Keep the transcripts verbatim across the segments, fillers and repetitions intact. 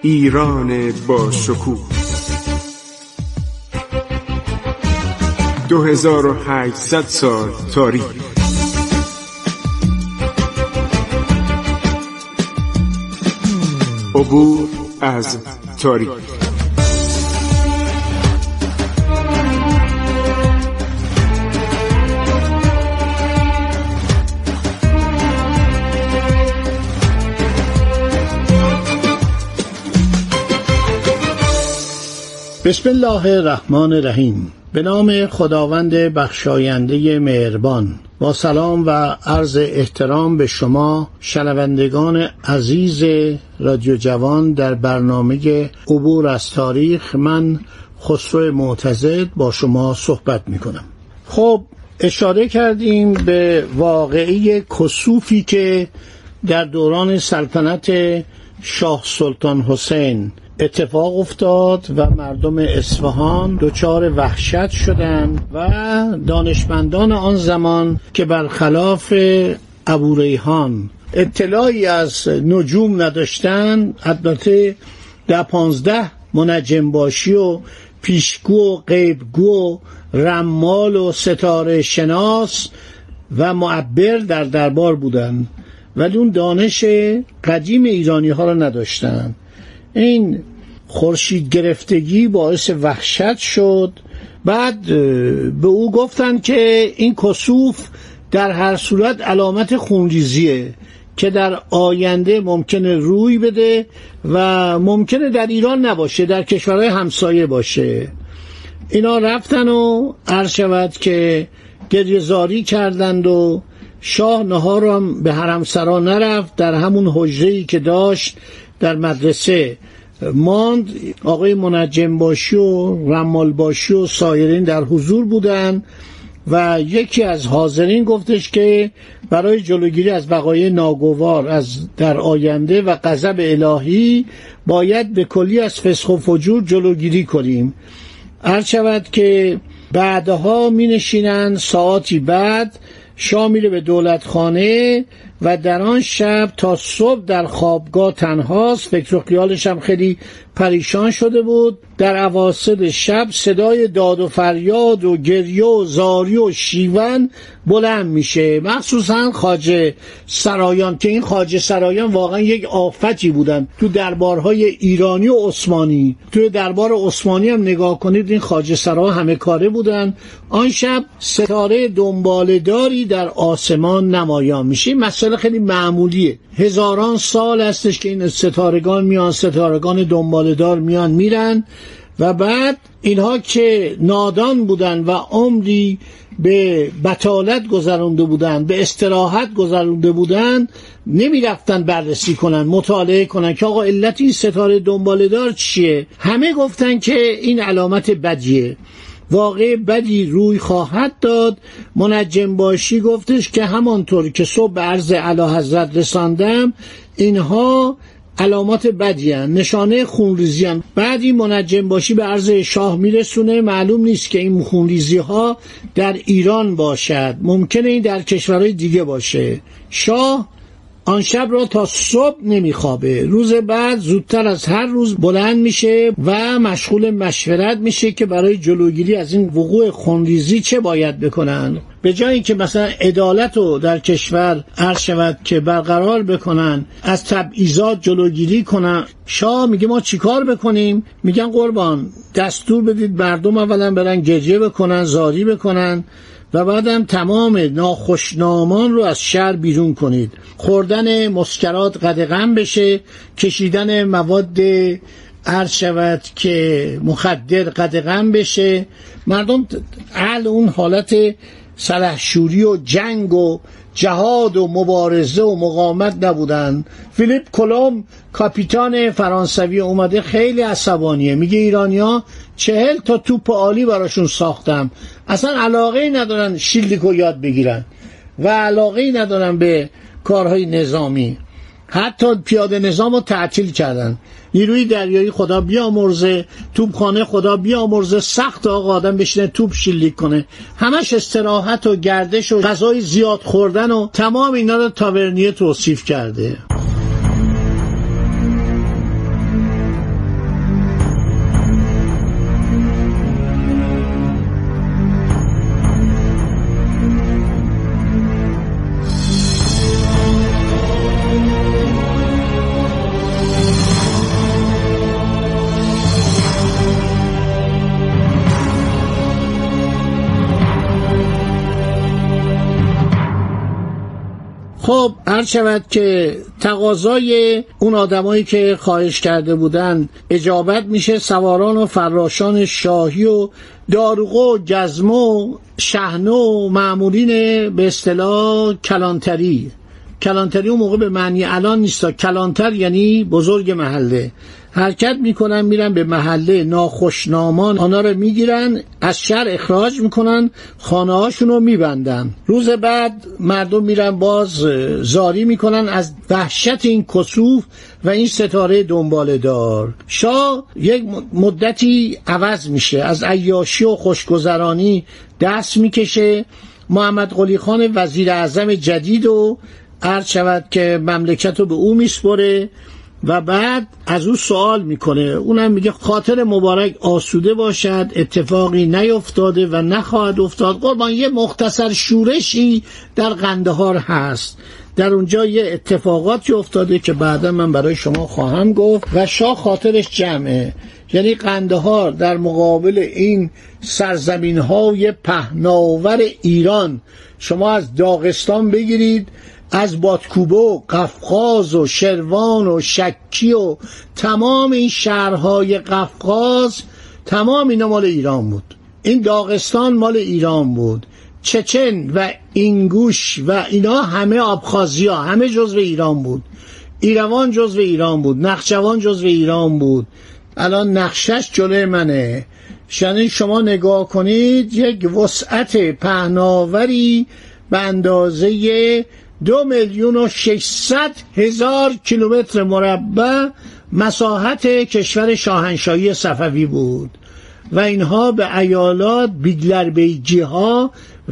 ایران با شکوه دو هزار و هشتصد سال تاریخ. عبور از تاریخ. بسم الله الرحمن الرحیم. به نام خداوند بخشاینده مهربان. با سلام و عرض احترام به شما شنوندگان عزیز رادیو جوان در برنامه عبور از تاریخ، من خسرو معتضد با شما صحبت می کنم. خب اشاره کردیم به واقعه کسوفی که در دوران سلطنت شاه سلطان حسین اتفاق افتاد و مردم اصفهان دچار وحشت شدند و دانشمندان آن زمان که برخلاف ابوریحان اطلاعی از نجوم نداشتند، البته ده پانزده منجم باشی و پیشگو و غیبگو و رمال و ستاره شناس و معبر در دربار بودند، ولی اون دانش قدیم ایرانی ها را نداشتند. این خورشید گرفتگی باعث وحشت شد. بعد به او گفتن که این کسوف در هر صورت علامت خونریزیه که در آینده ممکنه روی بده و ممکنه در ایران نباشه، در کشورهای همسایه باشه. اینا رفتن و عرض شود که گریه‌زاری کردند و شاه نهار هم به حرمسرا نرفت، در همون حجره‌ای که داشت در مدرسه ماند. آقای منجم باشی و رمال باشی و سایرین در حضور بودند و یکی از حاضرین گفتش که برای جلوگیری از وقایع ناگوار از در آینده و غضب الهی باید به کلی از فسق و فجور جلوگیری کنیم. عرض شود که بعدها می نشینند، ساعتی بعد شاه میره به دولتخانه و در آن شب تا صبح در خوابگاه تنهاست. فکر و خیالش هم خیلی پریشان شده بود. در اواسط شب صدای داد و فریاد و گریه و زاری و شیون بلند میشه، مخصوصا خواجه سرایان، که این خواجه سرایان واقعا یک آفتی بودن تو دربارهای ایرانی و عثمانی. تو دربار عثمانی هم نگاه کنید، این خواجه سرا همه کاره بودن. آن شب ستاره دنباله‌داری در آسمان نمایان میشه. مسئله خیلی معمولیه، هزاران سال هستش که این ستارگان میان، ستارگان دنباله‌دار میان میرن و بعد اینها که نادان بودن و عمری به بطالت گذرونده بودن، به استراحت گذرونده بودن، نمی رفتن بررسی کنن، مطالعه کنن که آقا علت این ستاره دنباله‌دار چیه. همه گفتن که این علامت بدیه، واقع بدی روی خواهد داد. منجم باشی گفتش که همانطور که صبح به عرض اعلیحضرت رساندم، اینها علامات بدی هن، نشانه خونریزی هن. بعد این منجم باشی به عرض شاه میرسونه، معلوم نیست که این خونریزی ها در ایران باشد، ممکنه این در کشورهای دیگه باشه. شاه آن شب را تا صبح نمیخوابه. روز بعد زودتر از هر روز بلند میشه و مشغول مشورت میشه که برای جلوگیری از این وقوع خونریزی چه باید بکنن. به جای اینکه مثلا عدالت رو در کشور عرض شود که برقرار بکنن، از تبعیضات جلوگیری کنن، شاه میگه ما چیکار بکنیم؟ میگن قربان دستور بدید مردم اولا برن گریه بکنن، زاری بکنن و بعدم تمام ناخوشنامان رو از شهر بیرون کنید. خوردن مسکرات قدغن بشه، کشیدن مواد عرض شود که مخدر قدغن بشه. مردم اهل اون حالت سلحشوری و جنگ و جهاد و مبارزه و مقاومت نبودن. فیلیپ کلم کاپیتان فرانسوی اومده خیلی عصبانیه، میگه ایرانیا چهل تا توپ عالی براشون ساختم، اصلا علاقه ندارن شیلدیکو یاد بگیرن و علاقه ندارن به کارهای نظامی. حتی پیاده نظام رو تعطیل کردن. نیروی دریایی خدا بیامرزه، توپخانه خدا بیامرزه، سخت آقا آدم بشینه توپ شلیک کنه. همش استراحت و گردش و غذای زیاد خوردن و تمام اینا رو تاورنیه توصیف کرده. خب عرض شود که تقاضای اون آدمایی که خواهش کرده بودن اجابت میشه. سواران و فراشان شاهی و داروغه و گزمه و شحنه و مأمورین به اصطلاح کلانتری. کلانتری اون موقع به معنی الان نیستا، کلانتر یعنی بزرگ محله. حرکت میکنن میرن به محله ناخوشنامان، آنها رو میگیرن از شهر اخراج میکنن، خانه هاشون رو میبندن. روز بعد مردم میرن باز زاری میکنن از وحشت این کسوف و این ستاره دنباله دار. شاه یک مدتی عوض میشه، از عیاشی و خوشگذرانی دست میکشه. محمد قلی خان وزیر اعظم جدید و عرض شود که مملکت رو به او میسپره و بعد از او سوال میکنه. اونم میگه خاطر مبارک آسوده باشد، اتفاقی نیفتاده و نخواهد افتاد. قربان یه مختصر شورشی در قندهار هست، در اونجا یه اتفاقاتی افتاده که بعدا من برای شما خواهم گفت و شاه خاطرش جمعه. یعنی قندهار در مقابل این سرزمین های پهناور ایران، شما از داغستان بگیرید، از بادکوبه و قفقاز و شروان و شکی و تمام این شهرهای قفقاز، تمام اینا مال ایران بود. این داغستان مال ایران بود. چچن و اینگوش و اینا همه آبخازیا، همه جزو ایران بود. ایروان جزو ایران بود، نخچوان جزو ایران بود. الان نقشش جلوی منه، یعنی شما نگاه کنید یک وسعت پهناوری به اندازه دو میلیون و ششصد هزار کیلومتر مربع مساحت کشور شاهنشاهی صفوی بود و اینها به ایالات بیگلربیجی ها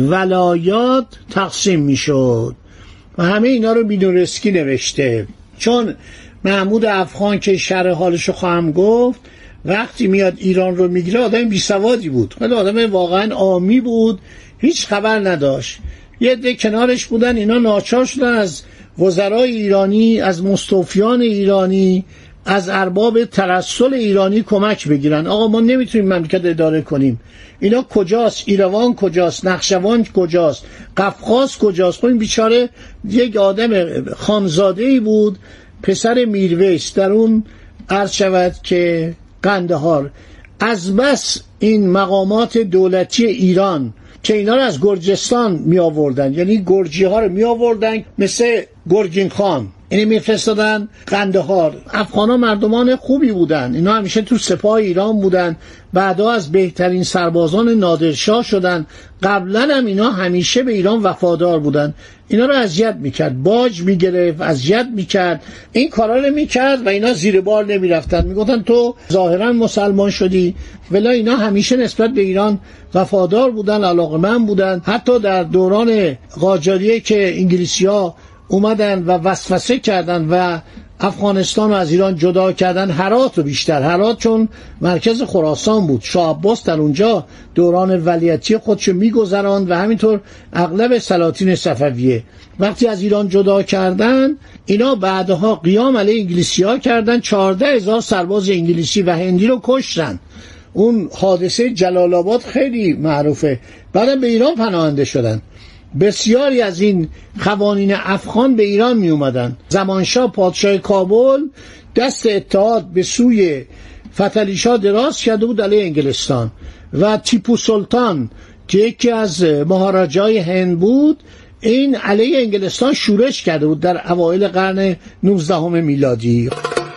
ولایات تقسیم می شد و همه اینا رو بیدورسکی نوشته. چون محمود افغان که شرح حالشو خواهم گفت، وقتی میاد ایران رو میگیره آدم بی سوادی بود، ولی آدم واقعا عامی بود، هیچ خبر نداشت. یه ده کنارش بودن، اینا ناچار شدن از وزرای ایرانی، از مستوفیان ایرانی، از ارباب ترسل ایرانی کمک بگیرن. آقا ما نمیتونیم مملکت اداره کنیم، اینا کجاست؟ ایروان کجاست؟ نخشوان کجاست؟ قفقاز کجاست؟ خب این بیچاره یک آدم خانزاده‌ای بود، پسر میرویس، در اون عرض شود که قندهار. از بس این مقامات دولتی ایران که اینا رو از گرجستان می آوردن، یعنی گرجی ها رو می آوردن، مثل گرگین خان، اینی می فرستادن قندهار. افغان ها مردمان خوبی بودن، اینا همیشه تو سپاه ایران بودن، بعدا از بهترین سربازان نادرشاه شدن. قبلا هم اینا همیشه به ایران وفادار بودن. اینا رو اذیت میکرد، باج میگرفت، اذیت میکرد، این کارا رو میکرد و اینا زیر بار نمیرفتن، میگفتن تو ظاهرا مسلمان شدی، ولی اینا همیشه نسبت به ایران وفادار بودن، علاقه‌مند بودن. حتی در دوران قاجاریه که انگلیسی‌ها اومدن و وسوسه کردن و افغانستان رو از ایران جدا کردن، هرات رو بیشتر، هرات چون مرکز خراسان بود، شاه عباس در اونجا دوران ولیعتی خودشو میگذراند و همینطور اغلب سلاطین صفویه. وقتی از ایران جدا کردن، اینا بعدها قیام علیه انگلیسی ها کردن، چهارده هزار سرباز انگلیسی و هندی رو کشتن. اون حادثه جلال آباد خیلی معروفه. بعدم به ایران پناهنده شدن. بسیاری از این قوانین افغان به ایران می اومدن. زمانشاه پادشاه کابل دست اتحاد به سوی فتحعلی شاه دراز کرده بود علیه انگلستان و تیپو سلطان که یکی از مهاراجای هند بود، این علیه انگلستان شورش کرده بود در اوایل قرن نوزدهم میلادی.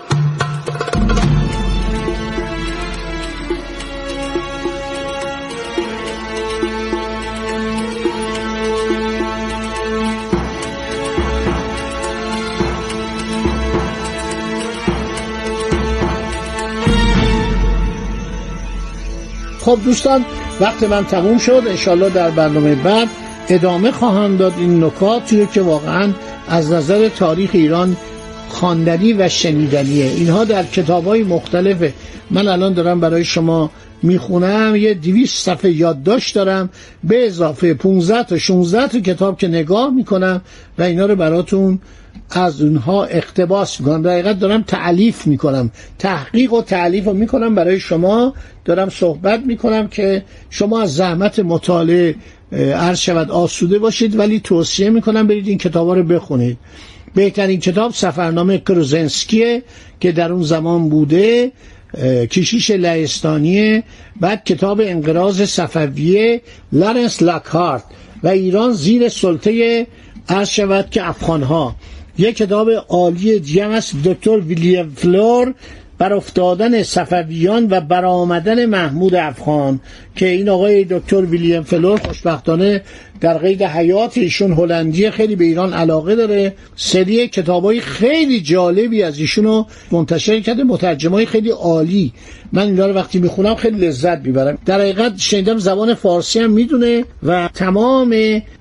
خب دوستان، وقت من تموم شد. انشالله در برنامه بعد ادامه خواهم داد این نکاتی رو که واقعا از نظر تاریخ ایران خواندنی و شنیدنیه. اینها در کتاب‌های مختلفه. من الان دارم برای شما میخونم، یه دویست صفحه یادداشت دارم به اضافه پانزده تا شانزده تا کتاب که نگاه میکنم و اینا رو براتون از اونها اقتباس میکنم. در حقیقت دارم تألیف میکنم، تحقیق و تألیف رو میکنم برای شما، دارم صحبت میکنم که شما از زحمت مطالعه عرض شود آسوده باشید، ولی توصیه میکنم برید این کتابا رو بخونید. بهترین کتاب سفرنامه کروزنسکیه که در اون زمان بوده، کشیش لهستانیه. بعد کتاب انقراض صفویه لارنس لاکهارت و ایران زیر سلطه عرض شود که افغانها. یک کتاب عالی دیگه است دکتر ویلیام فلور بر افتادن صفویان و برآمدن محمود افغان، که این آقای دکتر ویلیام فلور خوشبختانه در قید حیات ایشون هلندیه، خیلی به ایران علاقه داره. سری کتابای خیلی جالبی از ایشونو منتشر کرده، مترجمای خیلی عالی. من اینا رو وقتی میخونم خیلی لذت میبرم. در حقیقت شنیدم زبان فارسی هم میدونه و تمام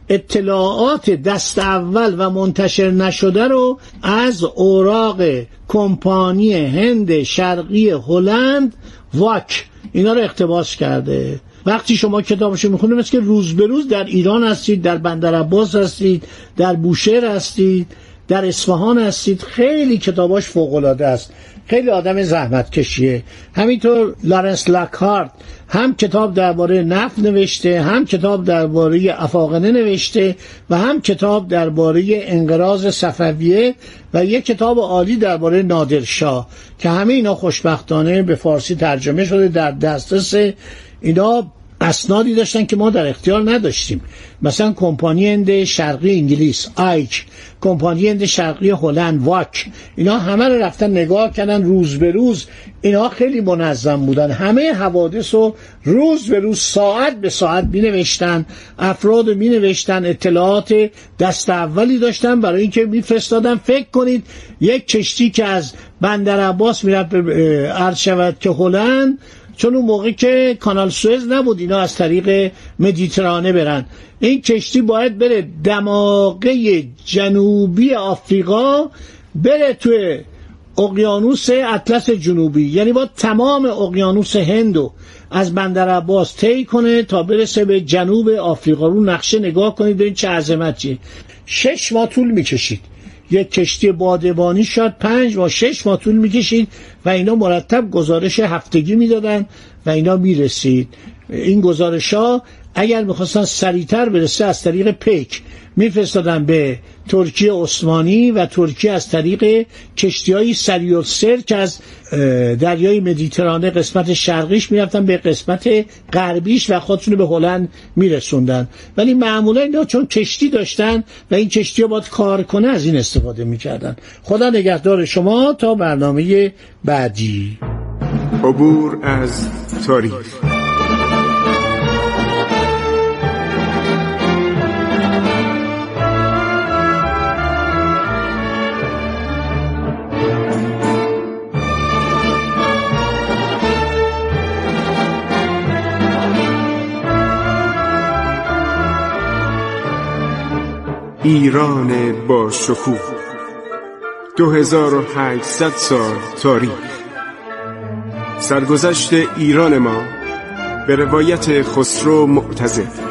اطلاعات دست اول و منتشر نشده رو از اوراق کمپانی هند شرقی هلند واک اینا رو اقتباس کرده. وقتی شما کتابشو میخونید مثل که روز به روز در ایران هستید، در بندرعباس هستید، در بوشهر هستید، در اصفهان هستید. خیلی کتاباش فوق‌العاده است، خیلی آدم زحمت کشیه. همینطور لارنس لاکهارت هم کتاب درباره نفت نوشته، هم کتاب درباره افاقنه نوشته و هم کتاب درباره انقراض صفویه و یک کتاب عالی درباره نادرشاه که همه اینا خوشبختانه به فارسی ترجمه شده. در دسترس اینا اسنادی داشتن که ما در اختیار نداشتیم، مثلا کمپانی هند شرقی انگلیس آیک، کمپانی هند شرقی هلند واک، اینا همه رو رفتن نگاه کردن روز به روز. اینا خیلی منظم بودن، همه حوادث رو روز به روز ساعت به ساعت می نوشتن، افراد رو می نوشتن، اطلاعات دست اولی داشتن برای اینکه می فرستادن. فکر کنید یک کشتی که از بندرعباس می رفت عرض شود که هلند، چون اون موقع که کانال سوئز نبود اینا از طریق مدیترانه برن، این کشتی باید بره دماغه جنوبی آفریقا، بره توی اقیانوس اطلس جنوبی، یعنی با تمام اقیانوس هندو از بندرعباس طی کنه تا برسه به جنوب آفریقا. رو نقشه نگاه کنید ببین چه عظمتی. شش ماه طول میکشید یک کشتی بادبانی، شاید پنج ماه شش ماه طول میکشید و اینا مرتب گزارش هفتگی میدادن و اینا میرسید. این گزارش ها اگر میخواستن سریعتر برسه از طریق پیک میفرستادن به ترکیه عثمانی و ترکیه از طریق کشتی‌های سریع السیر که از دریای مدیترانه قسمت شرقیش میرفتن به قسمت غربیش و خودشونو به هلند میرسوندن. ولی معمولا اینا چون کشتی داشتن و این کشتی ها باید کار کنه از این استفاده میکردن. خدا نگهدار شما تا برنامه بعدی. عبور از تاریخ. ایران با شکوه، دو هزار و هشتصد سال تاریخ. سرگذشت ایران ما به روایت خسرو معتضد.